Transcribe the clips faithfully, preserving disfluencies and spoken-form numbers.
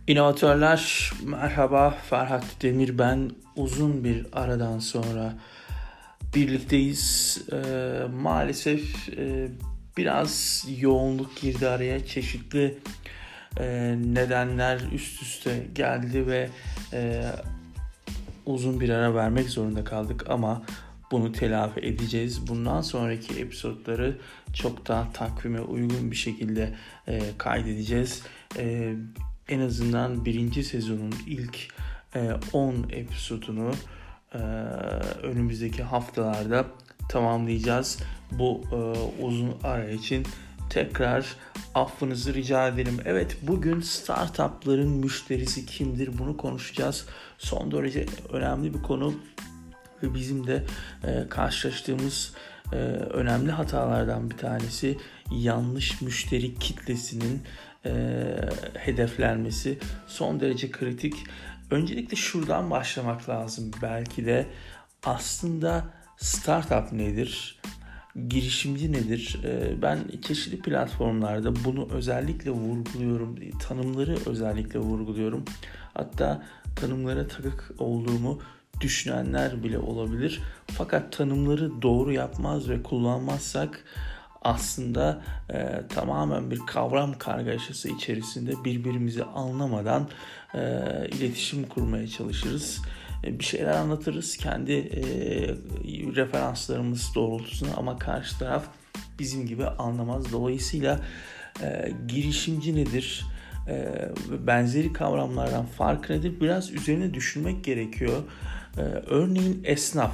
İnovatörler merhaba, Ferhat Demir ben. Uzun bir aradan sonra birlikteyiz. Ee, maalesef e, biraz yoğunluk girdi araya, çeşitli e, nedenler üst üste geldi ve e, uzun bir ara vermek zorunda kaldık ama bunu telafi edeceğiz. Bundan sonraki episodları çok daha takvime uygun bir şekilde e, kaydedeceğiz. E, en azından birinci sezonun ilk e, on episodunu e, önümüzdeki haftalarda tamamlayacağız. Bu e, uzun ara için tekrar affınızı rica ederim. Evet, bugün startupların müşterisi kimdir bunu konuşacağız. Son derece önemli bir konu ve bizim de e, karşılaştığımız e, önemli hatalardan bir tanesi yanlış müşteri kitlesinin e, hedeflenmesi. Son derece kritik. Öncelikle şuradan başlamak lazım. Belki de aslında startup nedir? Girişimci nedir? E, ben çeşitli platformlarda bunu özellikle vurguluyorum. Tanımları özellikle vurguluyorum. Hatta tanımlara takık olduğumu düşünenler bile olabilir. Fakat tanımları doğru yapmaz ve kullanmazsak aslında e, tamamen bir kavram kargaşası içerisinde birbirimizi anlamadan e, iletişim kurmaya çalışırız. E, bir şeyler anlatırız kendi e, referanslarımız doğrultusunda ama karşı taraf bizim gibi anlamaz. Dolayısıyla e, girişimci nedir? E, benzeri kavramlardan fark nedir? Biraz üzerine düşünmek gerekiyor. Ee, örneğin esnaf,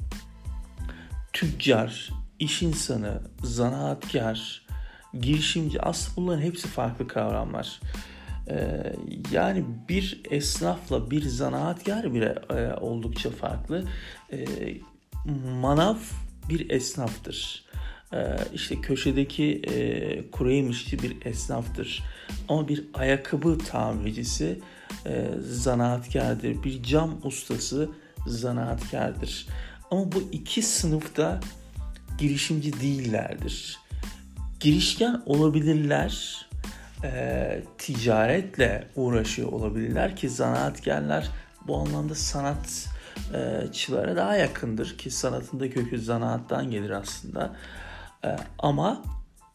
tüccar, iş insanı, zanaatkar, girişimci, aslında bunların hepsi farklı kavramlar. Ee, yani bir esnafla bir zanaatkar bile e, oldukça farklı. Ee, manav bir esnaftır. Ee, işte köşedeki e, kuru yemişçi bir esnaftır. Ama bir ayakkabı tamircisi e, zanaatkardır. Bir cam ustası zanaatkardır. Ama bu iki sınıfta girişimci değillerdir. Girişken olabilirler, e, ticaretle uğraşıyor olabilirler ki zanaatkarlar bu anlamda sanatçılara daha yakındır ki sanatın da kökü zanaattan gelir aslında. E, ama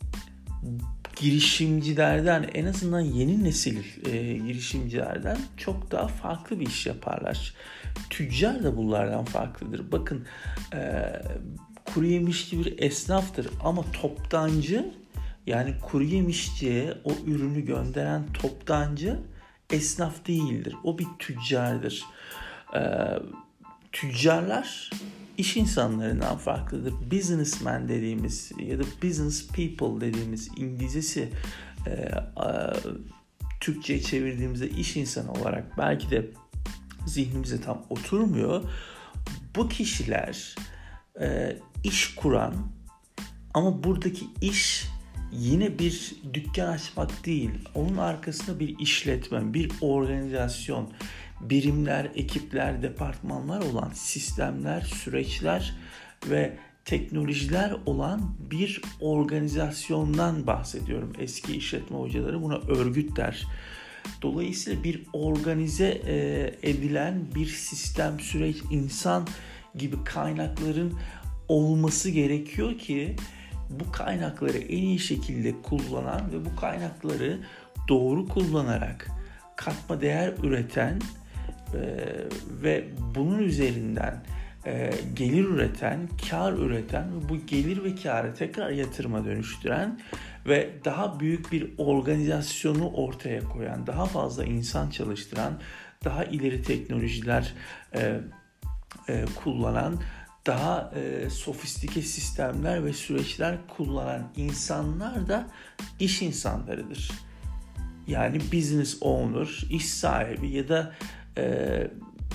girişimcilerden, en azından yeni nesil e, girişimcilerden çok daha farklı bir iş yaparlar. Tüccar da bunlardan farklıdır. Bakın e, kuru yemişçi bir esnaftır ama toptancı, yani kuru yemişçiye o ürünü gönderen toptancı esnaf değildir. O bir tüccardır. E, tüccarlar İş insanlarından farklıdır. Businessman dediğimiz ya da business people dediğimiz İngilizcesi e, e, Türkçe'ye çevirdiğimizde iş insanı olarak belki de zihnimize tam oturmuyor. Bu kişiler e, iş kuran ama buradaki iş yine bir dükkan açmak değil. Onun arkasında bir işletme, bir organizasyon, birimler, ekipler, departmanlar olan sistemler, süreçler ve teknolojiler olan bir organizasyondan bahsediyorum. Eski işletme hocaları buna örgüt der. Dolayısıyla bir organize edilen bir sistem, süreç, insan gibi kaynakların olması gerekiyor ki bu kaynakları en iyi şekilde kullanan ve bu kaynakları doğru kullanarak katma değer üreten e, ve bunun üzerinden e, gelir üreten, kar üreten ve bu gelir ve karı tekrar yatırıma dönüştüren ve daha büyük bir organizasyonu ortaya koyan, daha fazla insan çalıştıran, daha ileri teknolojiler e, e, kullanan, daha e, sofistike sistemler ve süreçler kullanan insanlar da iş insanlarıdır. Yani business owner, iş sahibi ya da e,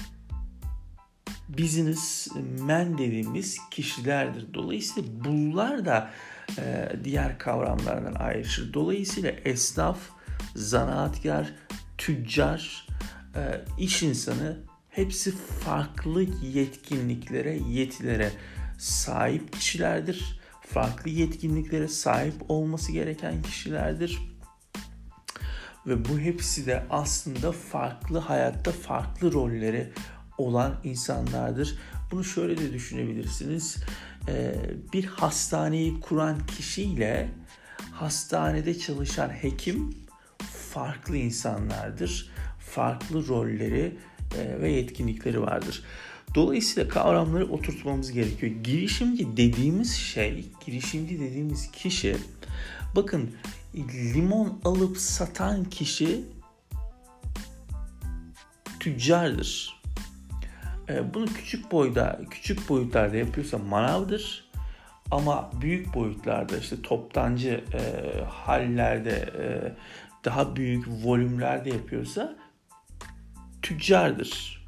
businessman dediğimiz kişilerdir. Dolayısıyla bunlar da e, diğer kavramlardan ayrışır. Dolayısıyla esnaf, zanaatkar, tüccar, e, iş insanı hepsi farklı yetkinliklere, yetilere sahip kişilerdir. Farklı yetkinliklere sahip olması gereken kişilerdir. ve bu hepsi de aslında farklı hayatta farklı rolleri olan insanlardır. Bunu şöyle de düşünebilirsiniz. Bir hastaneyi kuran kişiyle hastanede çalışan hekim farklı insanlardır. Farklı rolleri ve yetkinlikleri vardır. Dolayısıyla kavramları oturtmamız gerekiyor. Girişimci dediğimiz şey, girişimci dediğimiz kişi, bakın limon alıp satan kişi tüccardır. Bunu küçük boyda, küçük boyutlarda yapıyorsa manavdır. Ama büyük boyutlarda, işte toptancı e, hallerde, e, daha büyük volümlerde yapıyorsa tüccardır.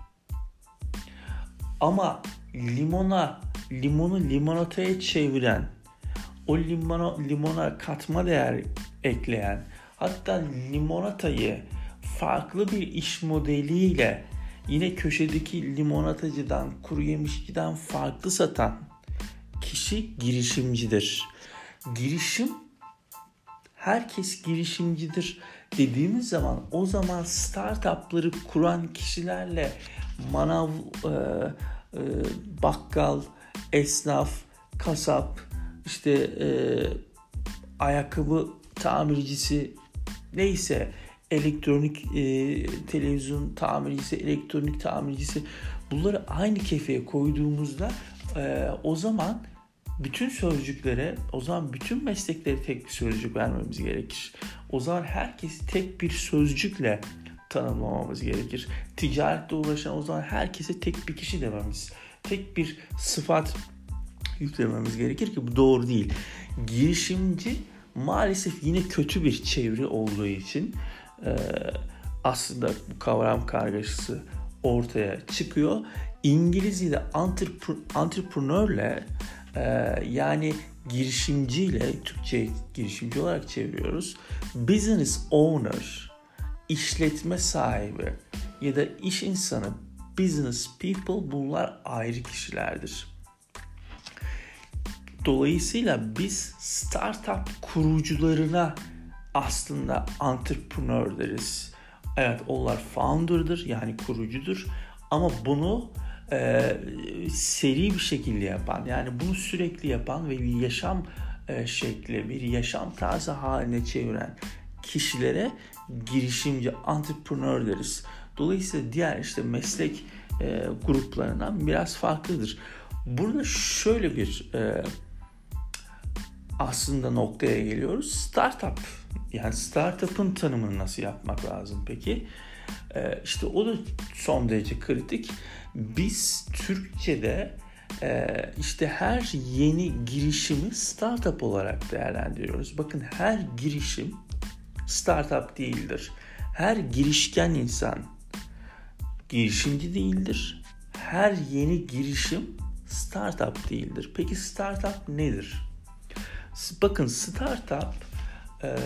Ama limona, limonu limonataya çeviren, o limona, limona katma değer ekleyen, hatta limonatayı farklı bir iş modeliyle yine köşedeki limonatacıdan, kuru yemişçiden farklı satan kişi girişimcidir. Girişim, herkes girişimcidir dediğimiz zaman, o zaman startupları kuran kişilerle manav, e, e, bakkal, esnaf, kasap, işte e, ayakkabı tamircisi, neyse, elektronik e, televizyon tamircisi, elektronik tamircisi, bunları aynı kefeye koyduğumuzda e, o zaman bütün sözcüklere, o zaman bütün mesleklere tek bir sözcük vermemiz gerekir. O zaman herkesi tek bir sözcükle tanımlamamız gerekir. Ticaretle uğraşan, o zaman herkese tek bir kişi dememiz, tek bir sıfat yüklememiz gerekir ki bu doğru değil. Girişimci maalesef yine kötü bir çeviri olduğu için e, aslında bu kavram kargaşası ortaya çıkıyor. İngilizce'de entrepreneur'le e, yani girişimciyle, Türkçe girişimci olarak çeviriyoruz. Business owner, işletme sahibi ya da iş insanı, business people, bunlar ayrı kişilerdir. Dolayısıyla biz startup kurucularına aslında entrepreneur deriz. Evet, onlar founder'dır, yani kurucudur, ama bunu e, seri bir şekilde yapan, yani bunu sürekli yapan ve bir yaşam e, şekli, bir yaşam tarzı haline çeviren kişilere girişimci, entrepreneur deriz. Dolayısıyla diğer işte meslek e, gruplarından biraz farklıdır. Burada şöyle bir e, aslında noktaya geliyoruz. Startup, yani startup'ın tanımını nasıl yapmak lazım peki? Ee, işte o da son derece kritik. Biz Türkçe'de e, işte her yeni girişimi startup olarak değerlendiriyoruz. Bakın, her girişim startup değildir. Her girişken insan girişimci değildir. Her yeni girişim startup değildir. Peki startup nedir? Bakın, startup e,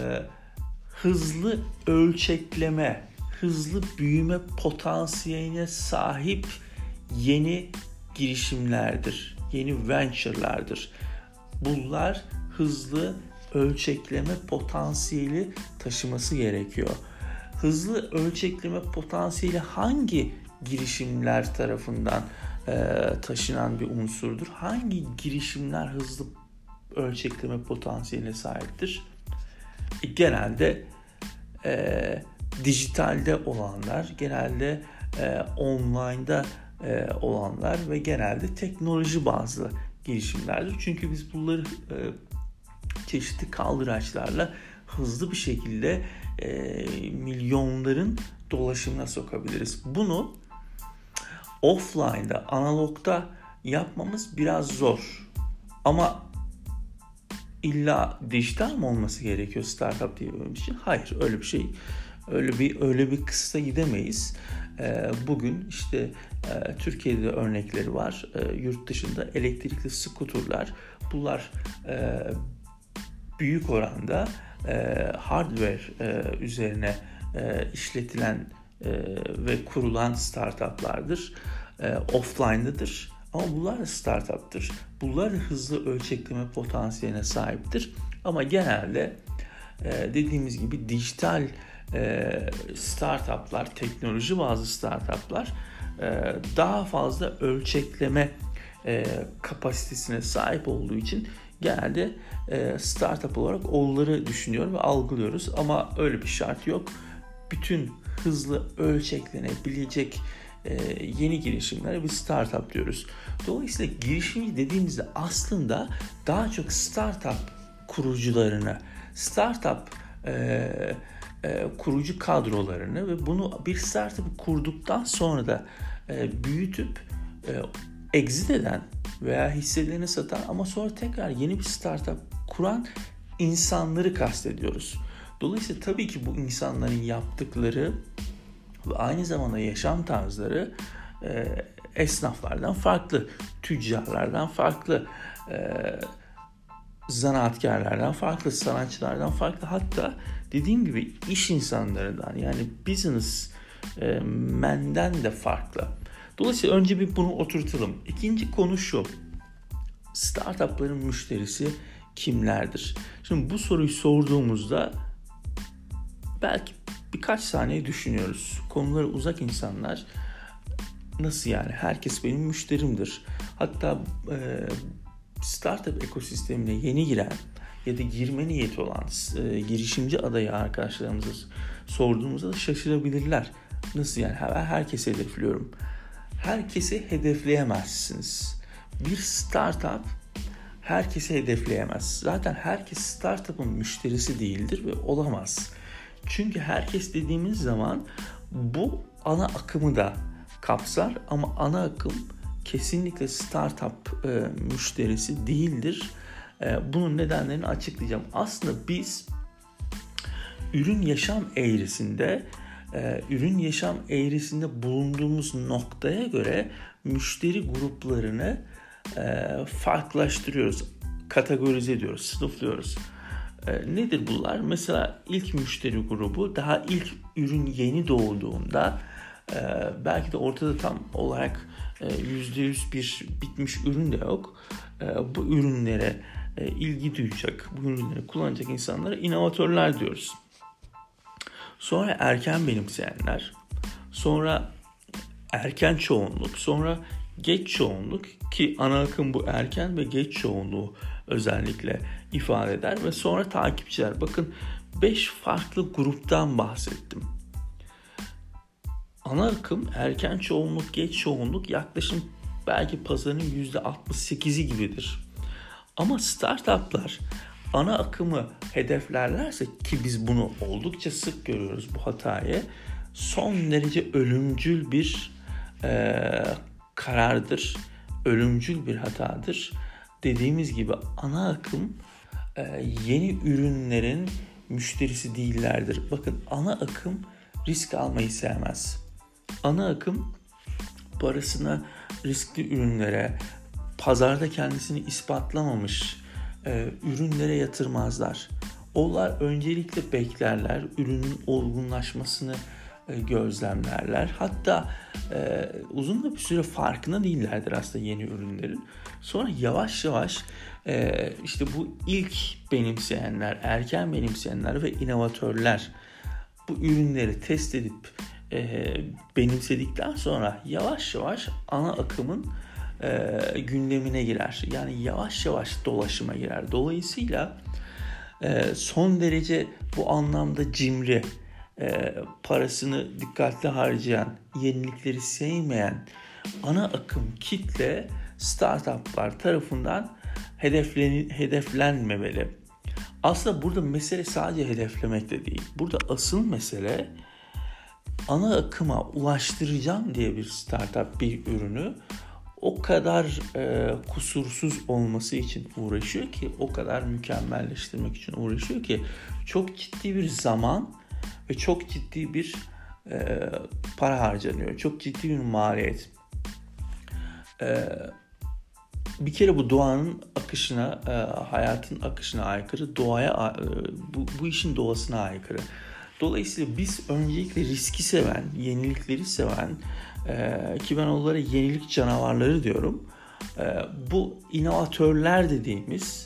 hızlı ölçekleme, hızlı büyüme potansiyeline sahip yeni girişimlerdir, yeni venture'lardır. Bunlar hızlı ölçekleme potansiyeli taşıması gerekiyor. Hızlı ölçekleme potansiyeli hangi girişimler tarafından e, taşınan bir unsurdur? Hangi girişimler hızlı ölçekleme potansiyeline sahiptir? E, genelde e, dijitalde olanlar, genelde e, online'da e, olanlar ve genelde teknoloji bazlı girişimlerdir. Çünkü biz bunları e, çeşitli kaldıraçlarla hızlı bir şekilde e, milyonların dolaşımına sokabiliriz. Bunu offline'da, analogda yapmamız biraz zor. Ama illa dijital mi olması gerekiyor startup diyebilmem için? Hayır, öyle bir şey, öyle bir öyle bir kısıta gidemeyiz. Ee, bugün işte e, Türkiye'de örnekleri var. E, yurt dışında elektrikli skuterlar, bunlar e, büyük oranda e, hardware e, üzerine e, işletilen e, ve kurulan startuplardır. E, offline'dadır. Ama bunlar da startup'tır. Bunlar da hızlı ölçekleme potansiyeline sahiptir. Ama genelde e, dediğimiz gibi dijital e, startuplar, teknoloji bazı startuplar e, daha fazla ölçekleme e, kapasitesine sahip olduğu için genelde e, startup olarak onları düşünüyor ve algılıyoruz. Ama öyle bir şart yok. Bütün hızlı ölçeklenebilecek e, yeni girişimlere bir startup diyoruz. Dolayısıyla girişimci dediğimizde aslında daha çok startup kurucularını, startup e, e, kurucu kadrolarını ve bunu bir startup kurduktan sonra da e, büyütüp e, exit eden veya hisselerini satan ama sonra tekrar yeni bir startup kuran insanları kastediyoruz. Dolayısıyla tabii ki bu insanların yaptıkları ve aynı zamanda yaşam tarzları e, esnaflardan farklı, tüccarlardan farklı, e, zanaatkarlardan farklı, sanatçılardan farklı. Hatta dediğim gibi iş insanlarından, yani business e, men'den de farklı. Dolayısıyla önce bir bunu oturtalım. İkinci konu şu: startupların müşterisi kimlerdir? Şimdi bu soruyu sorduğumuzda belki birkaç saniye düşünüyoruz. Konuları uzak insanlar, nasıl yani? Herkes benim müşterimdir. Hatta e, startup ekosistemine yeni giren ya da girme niyeti olan e, girişimci adayı arkadaşlarımıza sorduğumuzda da şaşırabilirler. Nasıl yani? Ben herkesi hedefliyorum. Herkesi hedefleyemezsiniz. Bir startup herkesi hedefleyemez. Zaten herkes startup'ın müşterisi değildir ve olamaz. Çünkü herkes dediğimiz zaman bu ana akımı da kapsar ama ana akım kesinlikle startup e, müşterisi değildir. E, bunun nedenlerini açıklayacağım. Aslında biz ürün yaşam eğrisinde e, ürün yaşam eğrisinde bulunduğumuz noktaya göre müşteri gruplarını e, farklılaştırıyoruz, kategorize ediyoruz, sınıflıyoruz. E, nedir bunlar? Mesela ilk müşteri grubu daha ilk ürün yeni doğduğunda e, belki de ortada tam olarak e, yüzde yüz bir bitmiş ürün de yok. E, bu ürünlere e, ilgi duyacak, bu ürünleri kullanacak insanlara inovatörler diyoruz. Sonra erken benimseyenler, sonra erken çoğunluk, sonra geç çoğunluk, ki ana akım bu erken ve geç çoğunluğu özellikle ifade eder, ve sonra takipçiler. Bakın beş farklı gruptan bahsettim. Ana akım erken çoğunluk, geç çoğunluk yaklaşım belki pazarın yüzde altmış sekizi gibidir. Ama startuplar ana akımı hedeflerlerse, ki biz bunu oldukça sık görüyoruz bu hatayı, son derece ölümcül bir e, karardır, ölümcül bir hatadır. Dediğimiz gibi ana akım e, yeni ürünlerin müşterisi değillerdir. Bakın ana akım risk almayı sevmez. Ana akım parasını riskli ürünlere, pazarda kendisini ispatlamamış e, ürünlere yatırmazlar. Onlar öncelikle beklerler, ürünün olgunlaşmasını e, gözlemlerler. Hatta e, uzun da bir süre farkında değillerdir aslında yeni ürünlerin. Sonra yavaş yavaş e, işte bu ilk benimseyenler, erken benimseyenler ve inovatörler bu ürünleri test edip e, benimsedikten sonra yavaş yavaş ana akımın e, gündemine girer. Yani yavaş yavaş dolaşıma girer. Dolayısıyla e, son derece bu anlamda cimri, e, parasını dikkatli harcayan, yenilikleri sevmeyen ana akım kitle startuplar tarafından hedeflen, hedeflenmemeli. Aslında burada mesele sadece hedeflemek de değil. Burada asıl mesele ana akıma ulaştıracağım diye bir startup bir ürünü o kadar e, kusursuz olması için uğraşıyor ki, o kadar mükemmelleştirmek için uğraşıyor ki çok ciddi bir zaman ve çok ciddi bir e, para harcanıyor. Çok ciddi bir maliyet. E, bir kere bu doğanın akışına, e, hayatın akışına aykırı, doğaya e, bu, bu işin doğasına aykırı. Dolayısıyla biz öncelikle riski seven, yenilikleri seven, e, ki ben onlara yenilik canavarları diyorum. E, bu inovatörler dediğimiz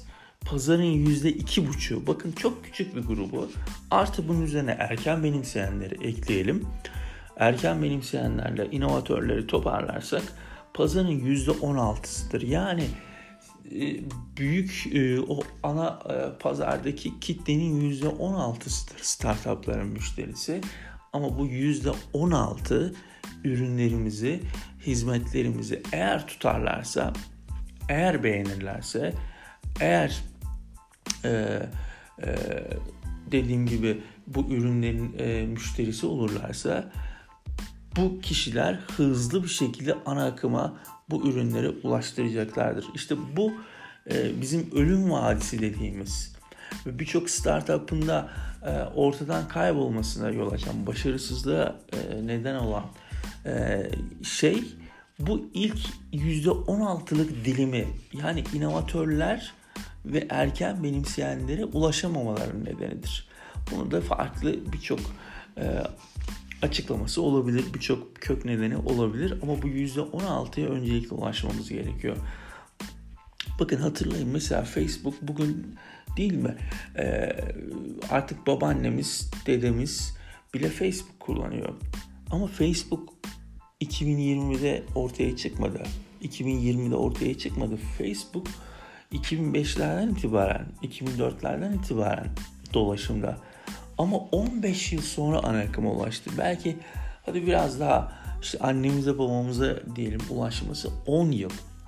pazarın yüzde iki buçuğu, bakın çok küçük bir grubu, artı bunun üzerine erken benimseyenleri ekleyelim. Erken benimseyenlerle inovatörleri toparlarsak pazarın yüzde on altısıdır. Yani büyük o ana pazardaki kitlenin yüzde on altısıdır startupların müşterisi. Ama bu yüzde on altı ürünlerimizi, hizmetlerimizi eğer tutarlarsa, eğer beğenirlerse, eğer e, e, dediğim gibi bu ürünlerin e, müşterisi olurlarsa, bu kişiler hızlı bir şekilde ana akıma bu ürünleri ulaştıracaklardır. İşte bu e, bizim ölüm vadisi dediğimiz ve birçok startup'ın da e, ortadan kaybolmasına yol açan, başarısızlığa e, neden olan e, şey bu ilk yüzde on altılık dilimi, yani inovatörler ve erken benimseyenlere ulaşamamaların nedenidir. Bunu da farklı birçok e, açıklaması olabilir, birçok kök nedeni olabilir ama bu yüzde on altıya öncelikle ulaşmamız gerekiyor. Bakın hatırlayın, mesela Facebook bugün değil mi? Ee, artık babaannemiz, dedemiz bile Facebook kullanıyor. Ama Facebook iki bin yirmide ortaya çıkmadı. iki bin yirmide ortaya çıkmadı. Facebook iki bin beşlerden itibaren, iki bin dörtlerden itibaren dolaşımda. Ama on beş yıl sonra ana akıma ulaştı. Belki hadi biraz daha işte annemize babamıza diyelim ulaşması on yıl.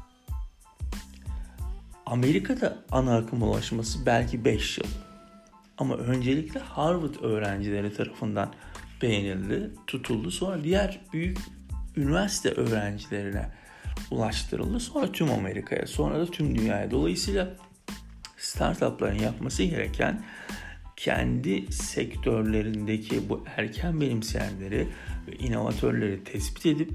Amerika'da ana akıma ulaşması belki beş yıl. Ama öncelikle Harvard öğrencileri tarafından beğenildi, tutuldu. Sonra diğer büyük üniversite öğrencilerine ulaştırıldı. Sonra tüm Amerika'ya, sonra da tüm dünyaya. Dolayısıyla startupların yapması gereken, kendi sektörlerindeki bu erken benimseyenleri ve inovatörleri tespit edip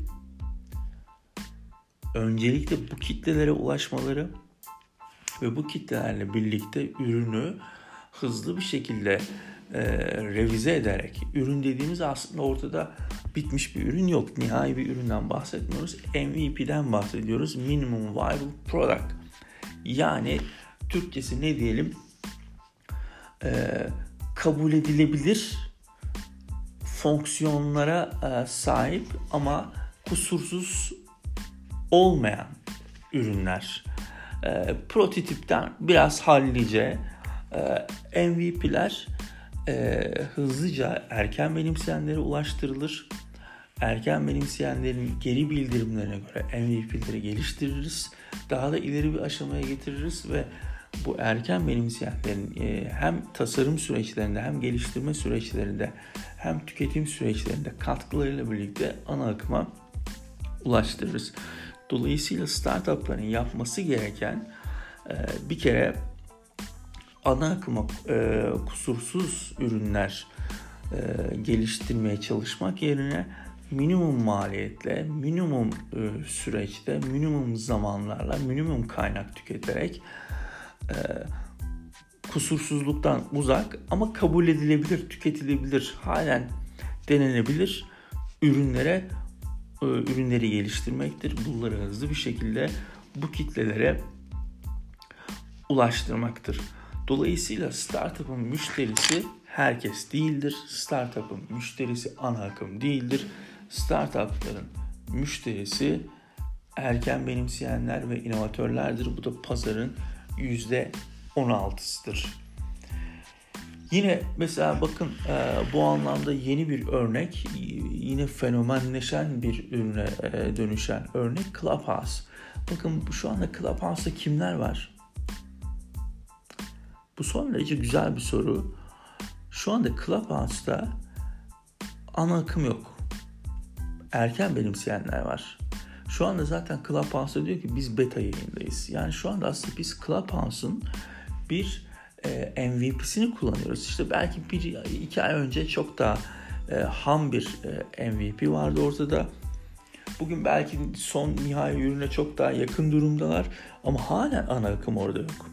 öncelikle bu kitlelere ulaşmaları ve bu kitlelerle birlikte ürünü hızlı bir şekilde e, revize ederek, ürün dediğimiz aslında ortada bitmiş bir ürün yok. Nihai bir üründen bahsetmiyoruz. M V P'den bahsediyoruz. Minimum Viable Product. Yani Türkçesi ne diyelim? Ee, kabul edilebilir fonksiyonlara e, sahip ama kusursuz olmayan ürünler. E, prototipten biraz hallice e, M V P'ler e, hızlıca erken benimseyenlere ulaştırılır. Erken benimseyenlerin geri bildirimlerine göre M V P'leri geliştiririz. Daha da ileri bir aşamaya getiririz ve bu erken benimseyenlerin hem tasarım süreçlerinde, hem geliştirme süreçlerinde, hem tüketim süreçlerinde katkılarıyla birlikte ana akıma ulaştırırız. Dolayısıyla startupların yapması gereken bir kere ana akıma kusursuz ürünler geliştirmeye çalışmak yerine minimum maliyetle, minimum süreçte, minimum zamanlarla, minimum kaynak tüketerek e, kusursuzluktan uzak ama kabul edilebilir, tüketilebilir, halen denenebilir ürünlere e, ürünleri geliştirmektir. Bunları hızlı bir şekilde bu kitlelere ulaştırmaktır. Dolayısıyla startup'ın müşterisi herkes değildir. Startup'ın müşterisi ana akım değildir. Startup'ların müşterisi erken benimseyenler ve inovatörlerdir. Bu da pazarın yüzde on altısıdır. Yine mesela bakın bu anlamda yeni bir örnek, yine fenomenleşen bir ürüne dönüşen örnek Clubhouse. Bakın şu anda Clubhouse'da kimler var? Bu son derece güzel bir soru. Şu anda Clubhouse'da ana akım yok. Erken benimseyenler var. Şu anda zaten Clubhouse'da diyor ki biz beta yayındayız. Yani şu anda aslında biz Clubhouse'un bir e, M V P'sini kullanıyoruz. İşte belki bir iki ay önce çok daha e, ham bir e, M V P vardı ortada. Bugün belki son nihai ürüne çok daha yakın durumdalar. Ama halen ana akım orada yok.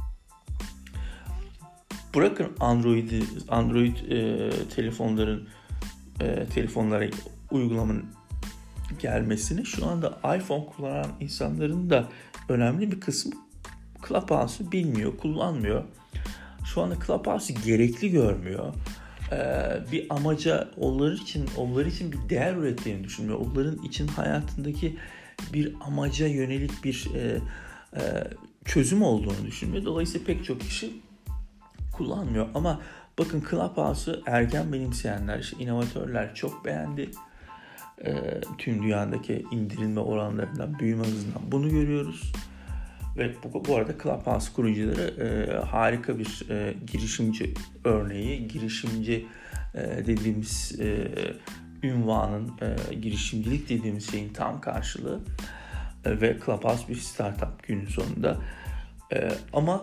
Bırakın Android'i, Android e, telefonların e, telefonlara uygulamanın gelmesini, şu anda iPhone kullanan insanların da önemli bir kısmı Clubhouse'u bilmiyor, kullanmıyor. Şu anda Clubhouse'u gerekli görmüyor. Ee, bir amaca, onlar için, onlar için bir değer ürettiğini düşünmüyor. Onların için hayatındaki bir amaca yönelik bir e, e, çözüm olduğunu düşünmüyor. Dolayısıyla pek çok kişi kullanmıyor. Ama bakın, Clubhouse'u erken benimseyenler, işte inovatörler çok beğendi. E, tüm dünyadaki indirilme oranlarından, büyüme hızından bunu görüyoruz. Ve bu, bu arada Clubhouse kurucuları e, harika bir e, girişimci örneği. Girişimci e, dediğimiz e, ünvanın, e, girişimcilik dediğimiz şeyin tam karşılığı. E, ve Clubhouse bir startup günün sonunda. E, ama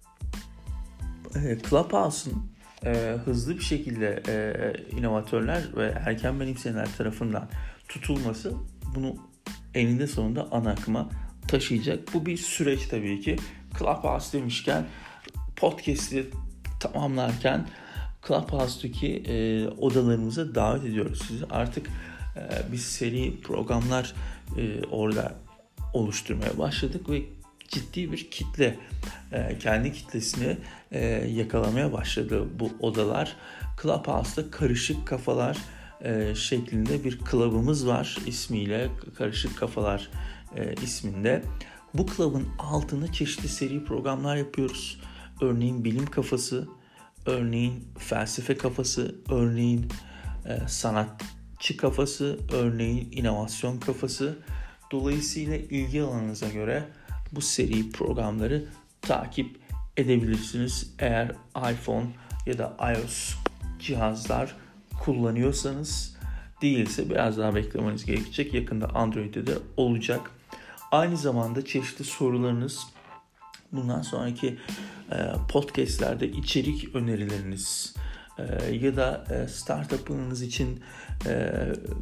e, Clubhouse'un e, hızlı bir şekilde e, inovatörler ve erken benimseyenler tarafından tutulması bunu eninde sonunda ana akıma taşıyacak. Bu bir süreç tabii ki. Clubhouse demişken, podcast'i tamamlarken Clubhouse'daki e, odalarımıza davet ediyoruz sizi. Artık e, biz seri programlar e, orada oluşturmaya başladık ve ciddi bir kitle, e, kendi kitlesini e, yakalamaya başladı bu odalar. Clubhouse'da Karışık Kafalar e, şeklinde bir klubumuz var, ismiyle Karışık Kafalar e, isminde. Bu klubun altında çeşitli seri programlar yapıyoruz. Örneğin bilim kafası, örneğin felsefe kafası, örneğin e, sanatçı kafası, örneğin inovasyon kafası. Dolayısıyla ilgi alanınıza göre bu seri programları takip edebilirsiniz. Eğer iPhone ya da iOS cihazlar kullanıyorsanız, değilse biraz daha beklemeniz gerekecek. Yakında Android'de de olacak. Aynı zamanda çeşitli sorularınız, bundan sonraki e, podcastlerde içerik önerileriniz e, ya da e, startup'ınız için e,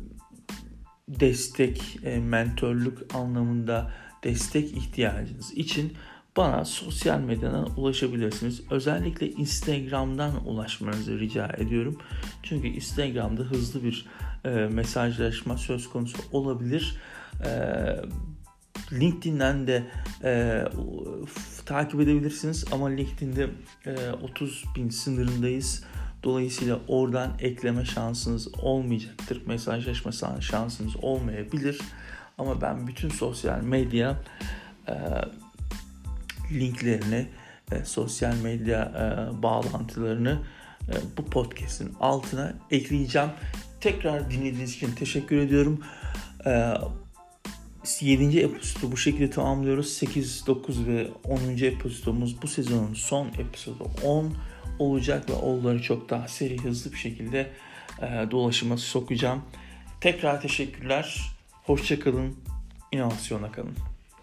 destek, e, mentörlük anlamında destek ihtiyacınız için bana sosyal medyadan ulaşabilirsiniz. Özellikle Instagram'dan ulaşmanızı rica ediyorum. Çünkü Instagram'da hızlı bir e, mesajlaşma söz konusu olabilir. E, LinkedIn'den de e, f- takip edebilirsiniz ama LinkedIn'de e, otuz bin sınırındayız. Dolayısıyla oradan ekleme şansınız olmayacaktır. Mesajlaşma şansınız olmayabilir. Ama ben bütün sosyal medya e, linklerini, e, sosyal medya e, bağlantılarını e, bu podcast'in altına ekleyeceğim. Tekrar dinlediğiniz için teşekkür ediyorum. E, yedinci episodu bu şekilde tamamlıyoruz. sekiz, dokuz ve onuncu episodumuz bu sezonun son episodu on olacak ve onları çok daha seri, hızlı bir şekilde e, dolaşıma sokacağım. Tekrar teşekkürler. Hoşça kalın. İnovasyona kalın.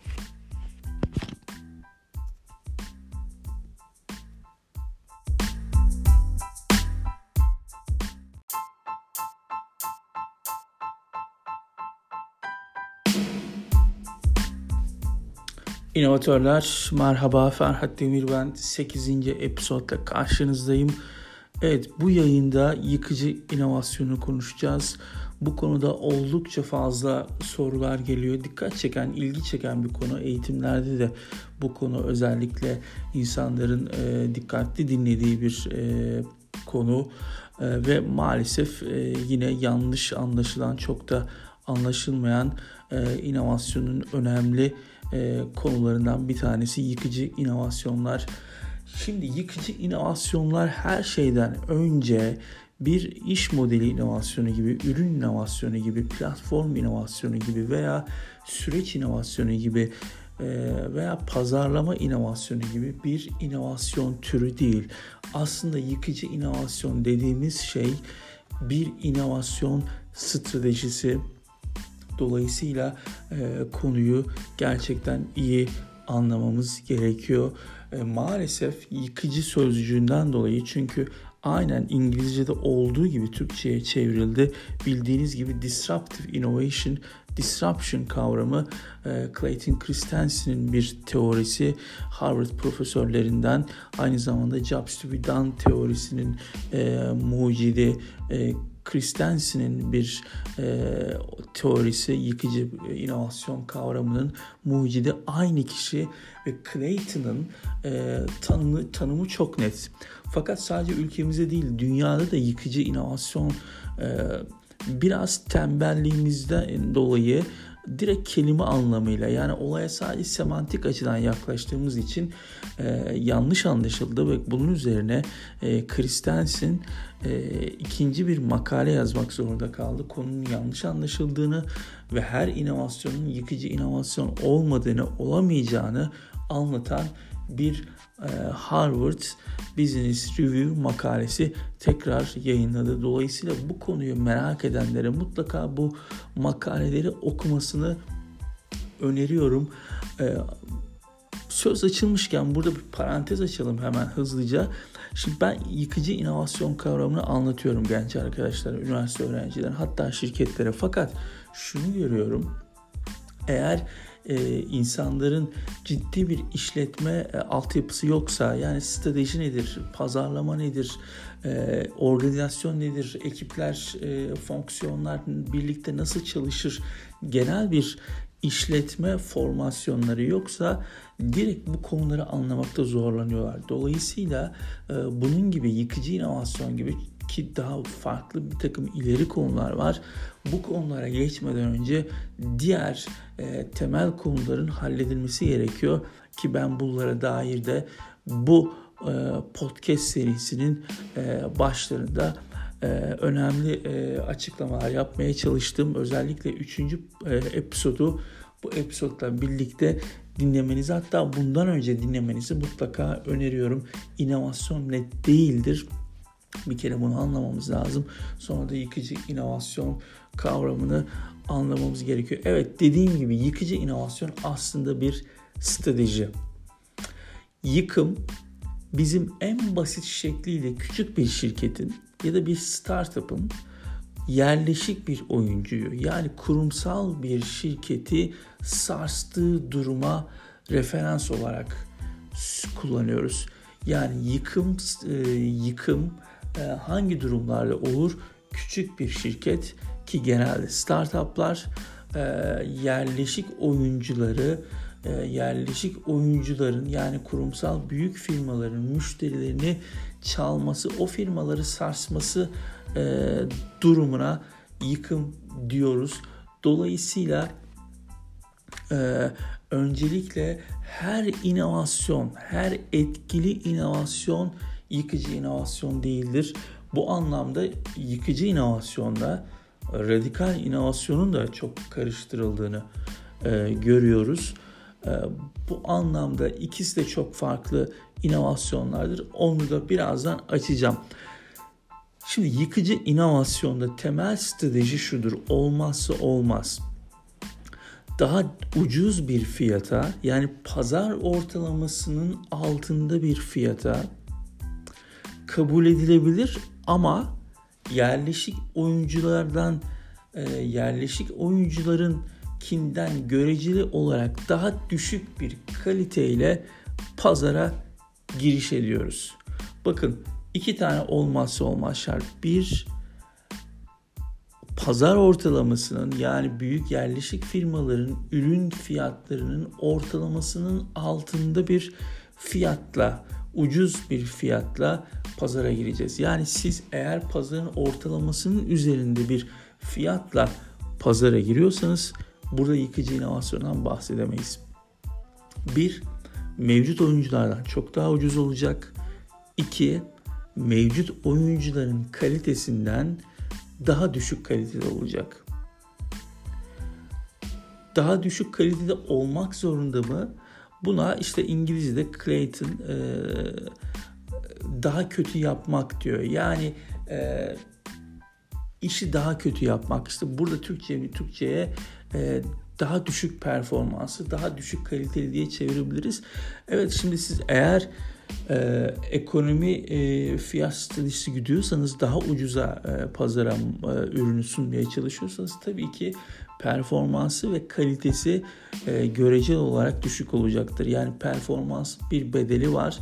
İnovatörler, merhaba, Ferhat Demir ben. sekizinci episodla karşınızdayım. Evet, bu yayında yıkıcı inovasyonu konuşacağız. Bu konuda oldukça fazla sorular geliyor. Dikkat çeken, ilgi çeken bir konu. Eğitimlerde de bu konu özellikle insanların e, dikkatli dinlediği bir e, konu. E, ve maalesef e, yine yanlış anlaşılan, çok da anlaşılmayan e, inovasyonun önemli e, konularından bir tanesi yıkıcı inovasyonlar. Şimdi yıkıcı inovasyonlar her şeyden önce bir iş modeli inovasyonu gibi, ürün inovasyonu gibi, platform inovasyonu gibi veya süreç inovasyonu gibi veya pazarlama inovasyonu gibi bir inovasyon türü değil. Aslında yıkıcı inovasyon dediğimiz şey bir inovasyon stratejisi. Dolayısıyla e, konuyu gerçekten iyi anlamamız gerekiyor. E, maalesef yıkıcı sözcüğünden dolayı, çünkü aynen İngilizce'de olduğu gibi Türkçe'ye çevrildi. Bildiğiniz gibi disruptive innovation, disruption kavramı e, Clayton Christensen'in bir teorisi, Harvard profesörlerinden, aynı zamanda Jobs to be done teorisinin e, mucidi e, Christensen'in bir e, teorisi, yıkıcı inovasyon kavramının mucidi aynı kişi ve Clayton'ın e, tanımı, tanımı çok net. Fakat sadece ülkemizde değil, dünyada da yıkıcı inovasyon e, biraz tembelliğimizden dolayı direkt kelime anlamıyla, yani olaya sadece semantik açıdan yaklaştığımız için e, yanlış anlaşıldı ve bunun üzerine e, Christensen e, ikinci bir makale yazmak zorunda kaldı. Konunun yanlış anlaşıldığını ve her inovasyonun yıkıcı inovasyon olmadığını, olamayacağını anlatan bir e, Harvard Business Review makalesi tekrar yayınladı. Dolayısıyla bu konuyu merak edenlere mutlaka bu makaleleri okumasını öneriyorum. E, söz açılmışken burada bir parantez açalım hemen hızlıca. Şimdi ben yıkıcı inovasyon kavramını anlatıyorum genç arkadaşlara, üniversite öğrencilerine, hatta şirketlere. Fakat şunu görüyorum. Eğer e, insanların ciddi bir işletme e, altyapısı yoksa, yani strateji nedir, pazarlama nedir, e, organizasyon nedir, ekipler, e, fonksiyonlar birlikte nasıl çalışır, genel bir işletme formasyonları yoksa direkt bu konuları anlamakta zorlanıyorlar. Dolayısıyla e, bunun gibi yıkıcı inovasyon gibi ki daha farklı bir takım ileri konular var. Bu konulara geçmeden önce diğer e, temel konuların halledilmesi gerekiyor ki ben bunlara dair de bu e, podcast serisinin e, başlarında e, önemli e, açıklamalar yapmaya çalıştım. Özellikle üçüncü e, episodu bu episodla birlikte dinlemenizi, hatta bundan önce dinlemenizi mutlaka öneriyorum. İnovasyon net değildir. Bir kere bunu anlamamız lazım. Sonra da yıkıcı inovasyon kavramını anlamamız gerekiyor. Evet, dediğim gibi yıkıcı inovasyon aslında bir strateji. Yıkım bizim en basit şekliyle küçük bir şirketin ya da bir startup'ın yerleşik bir oyuncuyu, yani kurumsal bir şirketi sarstığı duruma referans olarak kullanıyoruz. Yani yıkım yıkım hangi durumlarda olur? Küçük bir şirket ki genelde startuplar yerleşik oyuncuları, yerleşik oyuncuların, yani kurumsal büyük firmaların müşterilerini çalması, o firmaları sarsması durumuna yıkım diyoruz. Dolayısıyla öncelikle her inovasyon, her etkili inovasyon yıkıcı inovasyon değildir. Bu anlamda yıkıcı inovasyonda radikal inovasyonun da çok karıştırıldığını e, görüyoruz. E, bu anlamda ikisi de çok farklı inovasyonlardır. Onu da birazdan açacağım. Şimdi yıkıcı inovasyonda temel strateji şudur: olmazsa olmaz. Daha ucuz bir fiyata, yani pazar ortalamasının altında bir fiyata kabul edilebilir ama yerleşik oyunculardan e, yerleşik oyuncuların kinden göreceli olarak daha düşük bir kaliteyle pazara giriş ediyoruz. Bakın, iki tane olmazsa olmaz şart. Bir, pazar ortalamasının, yani büyük yerleşik firmaların ürün fiyatlarının ortalamasının altında bir fiyatla, ucuz bir fiyatla pazara gireceğiz. Yani siz eğer pazarın ortalamasının üzerinde bir fiyatla pazara giriyorsanız burada yıkıcı inovasyondan bahsedemeyiz. Bir, mevcut oyunculardan çok daha ucuz olacak. İki, mevcut oyuncuların kalitesinden daha düşük kalitede olacak. Daha düşük kalitede olmak zorunda mı? Buna işte İngilizce'de Clayton e, daha kötü yapmak diyor. Yani e, işi daha kötü yapmak. İşte burada Türkçe'ye Türkçe'ye e, daha düşük performansı, daha düşük kaliteli diye çevirebiliriz. Evet, şimdi siz eğer e, ekonomi e, fiyat stratejisi gidiyorsanız, daha ucuza e, pazara e, ürünü sunmaya çalışıyorsanız tabii ki performansı ve kalitesi e, göreceli olarak düşük olacaktır. Yani performans bir bedeli var.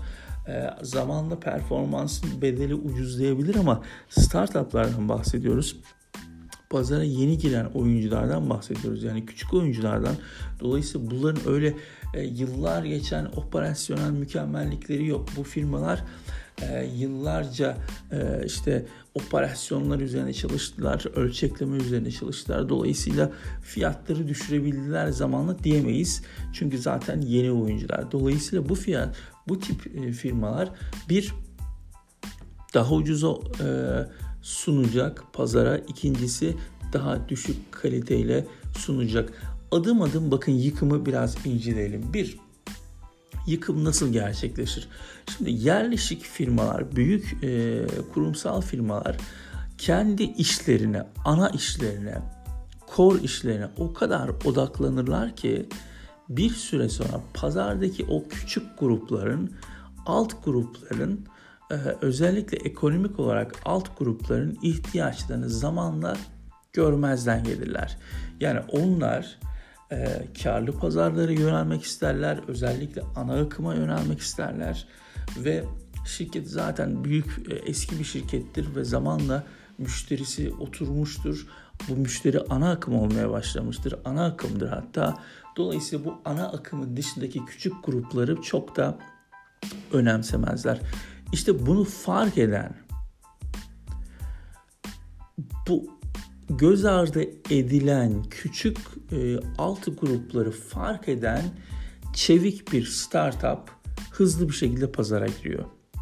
e, zamanla performansın bedeli ucuzlayabilir ama startuplardan bahsediyoruz. Pazara yeni giren oyunculardan bahsediyoruz. Yani küçük oyunculardan. Dolayısıyla bunların öyle e, yıllar geçen operasyonel mükemmellikleri yok. Bu firmalar e, yıllarca e, işte operasyonlar üzerine çalıştılar, ölçekleme üzerine çalıştılar. Dolayısıyla fiyatları düşürebildiler zamanla diyemeyiz. Çünkü zaten yeni oyuncular. Dolayısıyla bu fiyat, bu tip e, firmalar bir daha ucuza e, sunacak pazara. İkincisi daha düşük kaliteyle sunacak. Adım adım bakın yıkımı biraz inceleyelim. Bir, yıkım nasıl gerçekleşir? Şimdi yerleşik firmalar, büyük e, kurumsal firmalar kendi işlerine, ana işlerine, core işlerine o kadar odaklanırlar ki bir süre sonra pazardaki o küçük grupların, alt grupların, Ee, özellikle ekonomik olarak alt grupların ihtiyaçlarını zamanla görmezden gelirler. Yani onlar e, karlı pazarlara yönelmek isterler, özellikle ana akıma yönelmek isterler ve şirket zaten büyük, e, eski bir şirkettir ve zamanla müşterisi oturmuştur. Bu müşteri ana akım olmaya başlamıştır, ana akımdır hatta. Dolayısıyla bu ana akımın dışındaki küçük grupları çok da önemsemezler. İşte bunu fark eden, bu göz ardı edilen küçük e, alt grupları fark eden çevik bir startup hızlı bir şekilde pazara giriyor.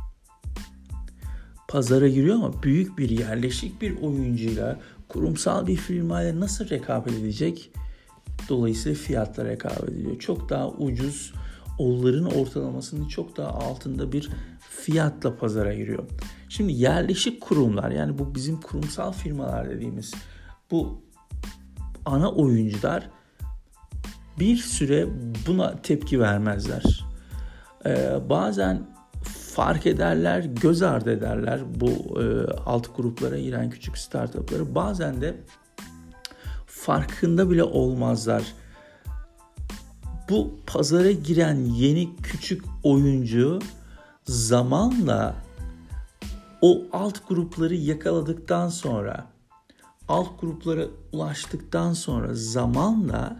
Pazara giriyor ama büyük bir yerleşik bir oyuncuyla, kurumsal bir firmayla nasıl rekabet edecek? Dolayısıyla fiyatla rekabet ediyor. Çok daha ucuz, onların ortalamasının çok daha altında bir fiyatla pazara giriyor. Şimdi yerleşik kurumlar, yani bu bizim kurumsal firmalar dediğimiz bu ana oyuncular bir süre buna tepki vermezler. Ee, bazen fark ederler, göz ardı ederler bu e, alt gruplara giren küçük startupları. Bazen de farkında bile olmazlar. Bu pazara giren yeni küçük oyuncu zamanla o alt grupları yakaladıktan sonra, alt gruplara ulaştıktan sonra zamanla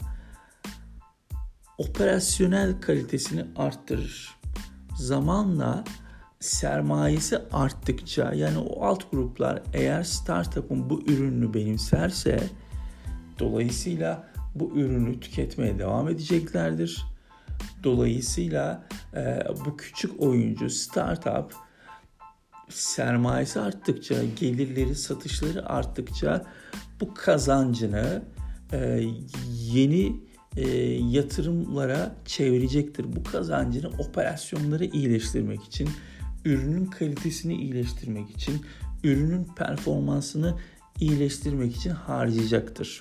operasyonel kalitesini arttırır. Zamanla sermayesi arttıkça, yani o alt gruplar eğer startup'ın bu ürününü benimserse, dolayısıyla bu ürünü tüketmeye devam edeceklerdir. Dolayısıyla e, bu küçük oyuncu, startup sermayesi arttıkça, gelirleri, satışları arttıkça bu kazancını e, yeni e, yatırımlara çevirecektir. Bu kazancını operasyonları iyileştirmek için, ürünün kalitesini iyileştirmek için, ürünün performansını iyileştirmek için harcayacaktır.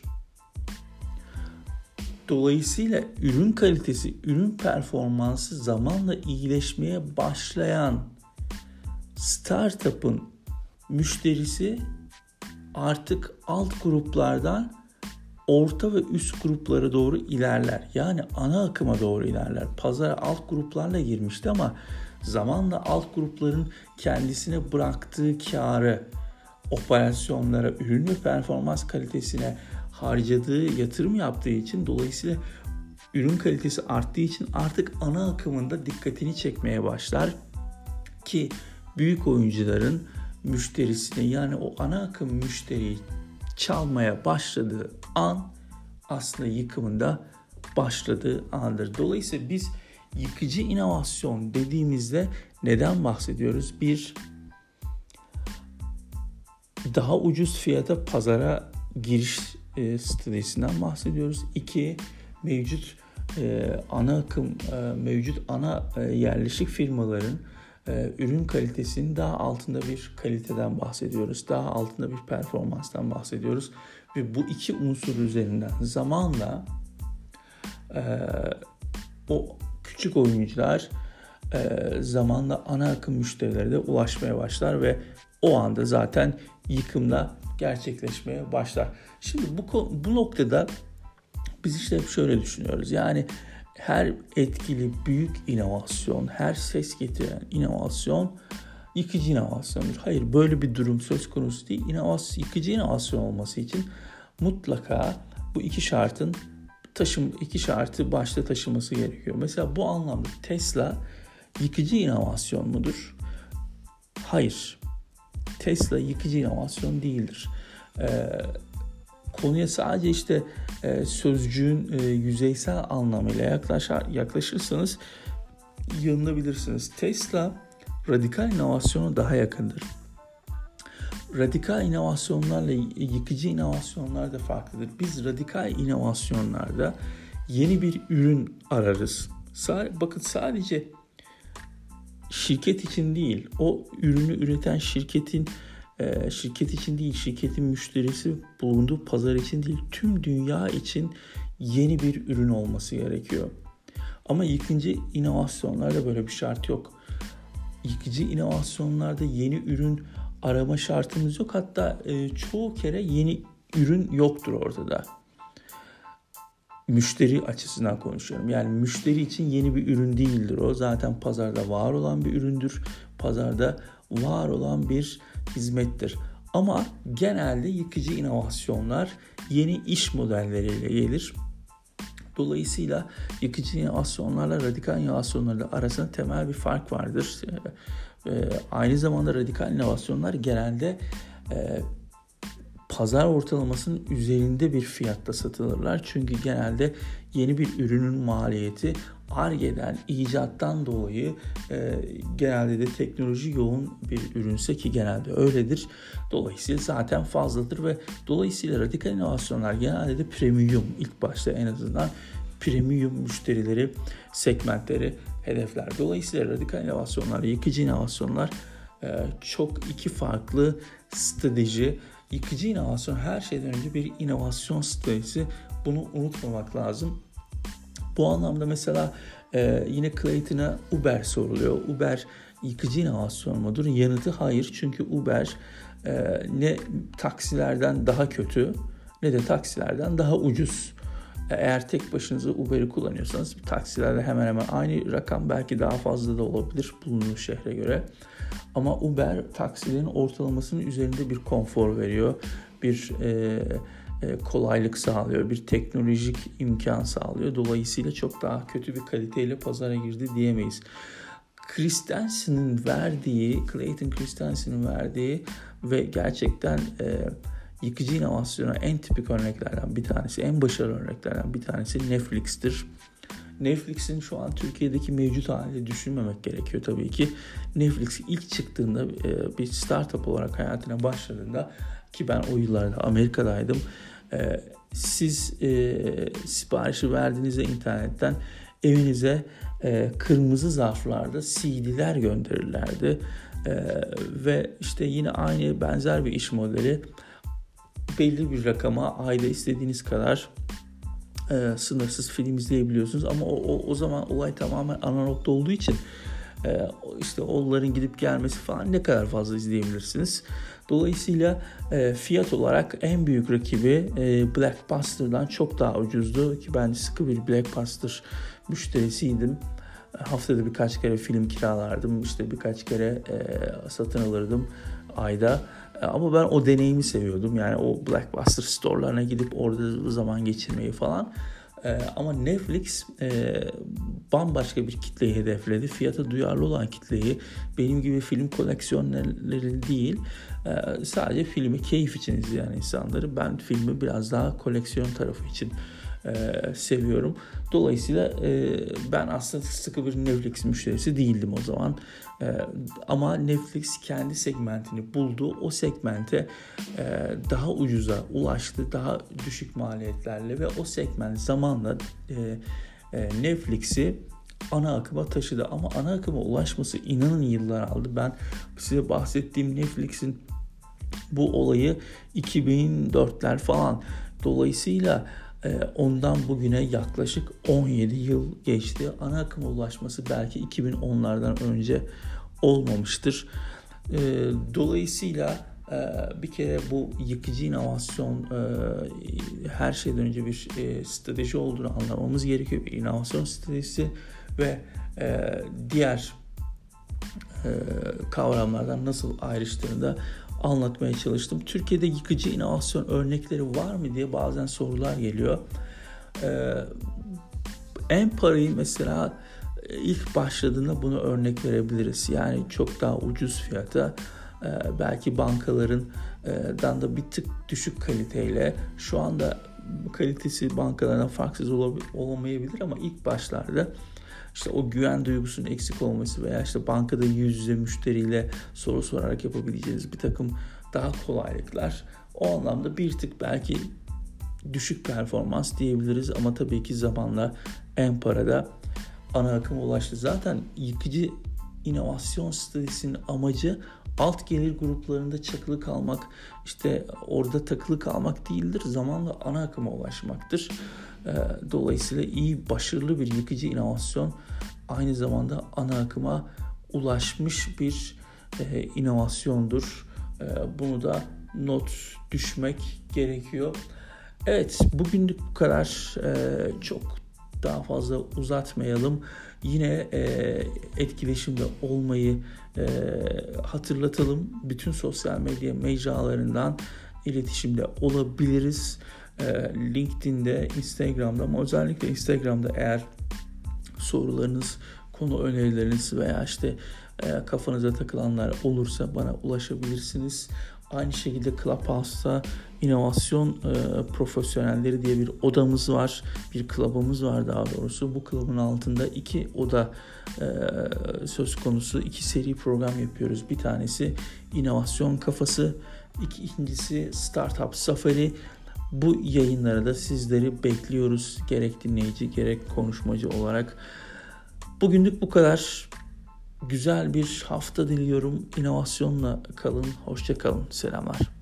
Dolayısıyla ürün kalitesi, ürün performansı zamanla iyileşmeye başlayan startup'ın müşterisi artık alt gruplardan orta ve üst gruplara doğru ilerler. Yani ana akıma doğru ilerler. Pazara alt gruplarla girmişti ama zamanla alt grupların kendisine bıraktığı karı operasyonlara, ürün ve performans kalitesine harcadığı, yatırım yaptığı için, dolayısıyla ürün kalitesi arttığı için artık ana akımında dikkatini çekmeye başlar ki büyük oyuncuların müşterisine, yani o ana akım müşteriyi çalmaya başladığı an aslında yıkımında başladığı andır. Dolayısıyla biz yıkıcı inovasyon dediğimizde neden bahsediyoruz? Bir, daha ucuz fiyata pazara giriş e, stratejisinden bahsediyoruz. İki, mevcut e, ana akım, e, mevcut ana e, yerleşik firmaların e, ürün kalitesinin daha altında bir kaliteden bahsediyoruz. Daha altında bir performanstan bahsediyoruz. Ve bu iki unsur üzerinden zamanla e, o küçük oyuncular e, zamanla ana akım müşterilere de ulaşmaya başlar ve o anda zaten yıkımla gerçekleşmeye başlar. Şimdi bu bu noktada biz işte hep şöyle düşünüyoruz. Yani her etkili büyük inovasyon, her ses getiren inovasyon yıkıcı inovasyondur. Hayır, böyle bir durum söz konusu değil. İnovasyon, yıkıcı inovasyon olması için mutlaka bu iki şartın taşım iki şartı başta taşıması gerekiyor. Mesela bu anlamda Tesla yıkıcı inovasyon mudur? Hayır. Tesla yıkıcı inovasyon değildir. Ee, konuya sadece işte e, sözcüğün e, yüzeysel anlamıyla yaklaşır, yaklaşırsanız yanılabilirsiniz. Tesla radikal inovasyona daha yakındır. Radikal inovasyonlarla yıkıcı inovasyonlar da farklıdır. Biz radikal inovasyonlarda yeni bir ürün ararız. Bakın sadece şirket için değil, o ürünü üreten şirketin şirket için değil, şirketin müşterisi bulunduğu pazar için değil, tüm dünya için yeni bir ürün olması gerekiyor. Ama yıkıcı inovasyonlarda böyle bir şart yok. Yıkıcı inovasyonlarda yeni ürün arama şartımız yok. Hatta e, çoğu kere yeni ürün yoktur ortada. Müşteri açısından konuşuyorum. Yani müşteri için yeni bir ürün değildir o. Zaten pazarda var olan bir üründür. Pazarda var olan bir hizmettir. Ama genelde yıkıcı inovasyonlar yeni iş modelleriyle gelir. Dolayısıyla yıkıcı inovasyonlarla radikal inovasyonlarla arasında temel bir fark vardır. Ee, aynı zamanda radikal inovasyonlar genelde e, pazar ortalamasının üzerinde bir fiyatta satılırlar. Çünkü genelde yeni bir ürünün maliyeti Ar-Ge'den, icattan dolayı e, genelde de teknoloji yoğun bir ürünse ki genelde öyledir. Dolayısıyla zaten fazladır ve dolayısıyla radikal inovasyonlar genelde de premium, ilk başta en azından premium müşterileri, segmentleri hedefler. Dolayısıyla radikal inovasyonlar, yıkıcı inovasyonlar e, çok iki farklı strateji. Yıkıcı inovasyon her şeyden önce bir inovasyon stratejisi. Bunu unutmamak lazım. Bu anlamda mesela e, yine Clayton'a Uber soruluyor. Uber yıkıcı inovasyon mudur? Yanıtı hayır. Çünkü Uber e, ne taksilerden daha kötü ne de taksilerden daha ucuz. Eğer tek başınıza Uber'i kullanıyorsanız taksilerde hemen hemen aynı rakam, belki daha fazla da olabilir bulunduğu şehre göre. Ama Uber taksilerin ortalamasının üzerinde bir konfor veriyor, bir e, e, kolaylık sağlıyor, bir teknolojik imkan sağlıyor. Dolayısıyla çok daha kötü bir kaliteyle pazara girdi diyemeyiz. Christensen'in verdiği, Clayton Christensen'in verdiği ve gerçekten e, yıkıcı inovasyona en tipik örneklerden bir tanesi, en başarılı örneklerden bir tanesi Netflix'tir. Netflix'in şu an Türkiye'deki mevcut halini düşünmemek gerekiyor tabii ki. Netflix ilk çıktığında e, bir startup olarak hayatına başladığında, ki ben o yıllarda Amerika'daydım, e, siz e, siparişi verdiğinizde internetten evinize e, kırmızı zarflarda C D'ler gönderirlerdi. E, ve işte yine aynı benzer bir iş modeli, belli bir rakama ayda istediğiniz kadar e, sınırsız film izleyebiliyorsunuz. Ama o, o, o zaman olay tamamen analogda olduğu için e, işte onların gidip gelmesi falan, ne kadar fazla izleyebilirsiniz. Dolayısıyla e, fiyat olarak en büyük rakibi e, Blockbuster'dan çok daha ucuzdu ki ben sıkı bir Blockbuster müşterisiydim. Haftada birkaç kere film kiralardım, işte birkaç kere e, satın alırdım ayda. Ama ben o deneyimi seviyordum. Yani o Blockbuster store'larına gidip orada zaman geçirmeyi falan. Ee, ama Netflix e, bambaşka bir kitleyi hedefledi. Fiyata duyarlı olan kitleyi, benim gibi film koleksiyonları değil, e, sadece filmi keyif için izleyen insanları. Ben filmi biraz daha koleksiyon tarafı için e, seviyorum. Dolayısıyla e, ben aslında sıkı bir Netflix müşterisi değildim o zaman. E, ama Netflix kendi segmentini buldu. O segmente e, daha ucuza ulaştı, daha düşük maliyetlerle ve o segment zamanla e, e, Netflix'i ana akıma taşıdı. Ama ana akıma ulaşması inanın yıllar aldı. Ben size bahsettiğim Netflix'in bu olayı iki bin dörtler falan. Dolayısıyla ondan bugüne yaklaşık on yedi yıl geçti. Ana akıma ulaşması belki iki bin onlardan önce olmamıştır. Dolayısıyla Bir kere bu yıkıcı inovasyon her şeyden önce bir strateji olduğunu anlamamız gerekiyor. Bir inovasyon stratejisi ve diğer kavramlardan nasıl ayrıştığını da anlatmaya çalıştım. Türkiye'de yıkıcı inovasyon örnekleri var mı diye bazen sorular geliyor. Empara'yı mesela ilk başladığında bunu örnek verebiliriz. Yani çok daha ucuz fiyata, belki bankalarından da bir tık düşük kaliteyle, şu anda kalitesi bankalardan farksız olamayabilir ama ilk başlarda işte o güven duygusunun eksik olması veya işte bankada yüz yüze müşteriyle soru sorarak yapabileceğiniz bir takım daha kolaylıklar, o anlamda bir tık belki düşük performans diyebiliriz ama tabii ki zamanla Empara'da ana akıma ulaştı. Zaten yıkıcı inovasyon stratejisinin amacı alt gelir gruplarında çakılı kalmak, işte orada takılı kalmak değildir. Zamanla ana akıma ulaşmaktır. Dolayısıyla iyi, başarılı bir yıkıcı inovasyon aynı zamanda ana akıma ulaşmış bir e, inovasyondur. E, bunu da not düşmek gerekiyor. Evet, bugünlük bu kadar. E, çok daha fazla uzatmayalım. Yine e, etkileşimde olmayı e, hatırlatalım. Bütün sosyal medya mecralarından iletişimde olabiliriz. E, LinkedIn'de, Instagram'da, ama özellikle Instagram'da eğer sorularınız, konu önerileriniz veya işte e, kafanıza takılanlar olursa bana ulaşabilirsiniz. Aynı şekilde Clubhouse'da inovasyon e, profesyonelleri diye bir odamız var. Bir klubumuz var daha doğrusu. Bu klubun altında iki oda e, söz konusu. İki seri program yapıyoruz. Bir tanesi inovasyon kafası. İkincisi Startup Safari. Bu yayınlara da sizleri bekliyoruz. Gerek dinleyici gerek konuşmacı olarak. Bugünlük bu kadar. Güzel bir hafta diliyorum. İnovasyonla kalın. Hoşça kalın. Selamlar.